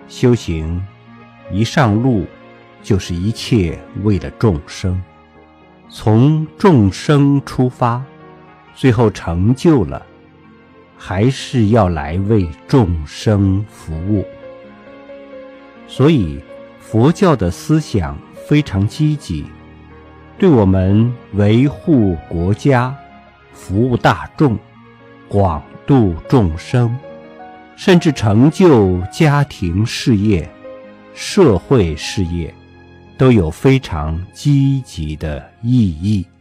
修行一上路就是一切为了众生，从众生出发，最后成就了，还是要来为众生服务。所以佛教的思想非常积极，对我们维护国家、服务大众、广度众生，甚至成就家庭事业、社会事业，都有非常积极的意义。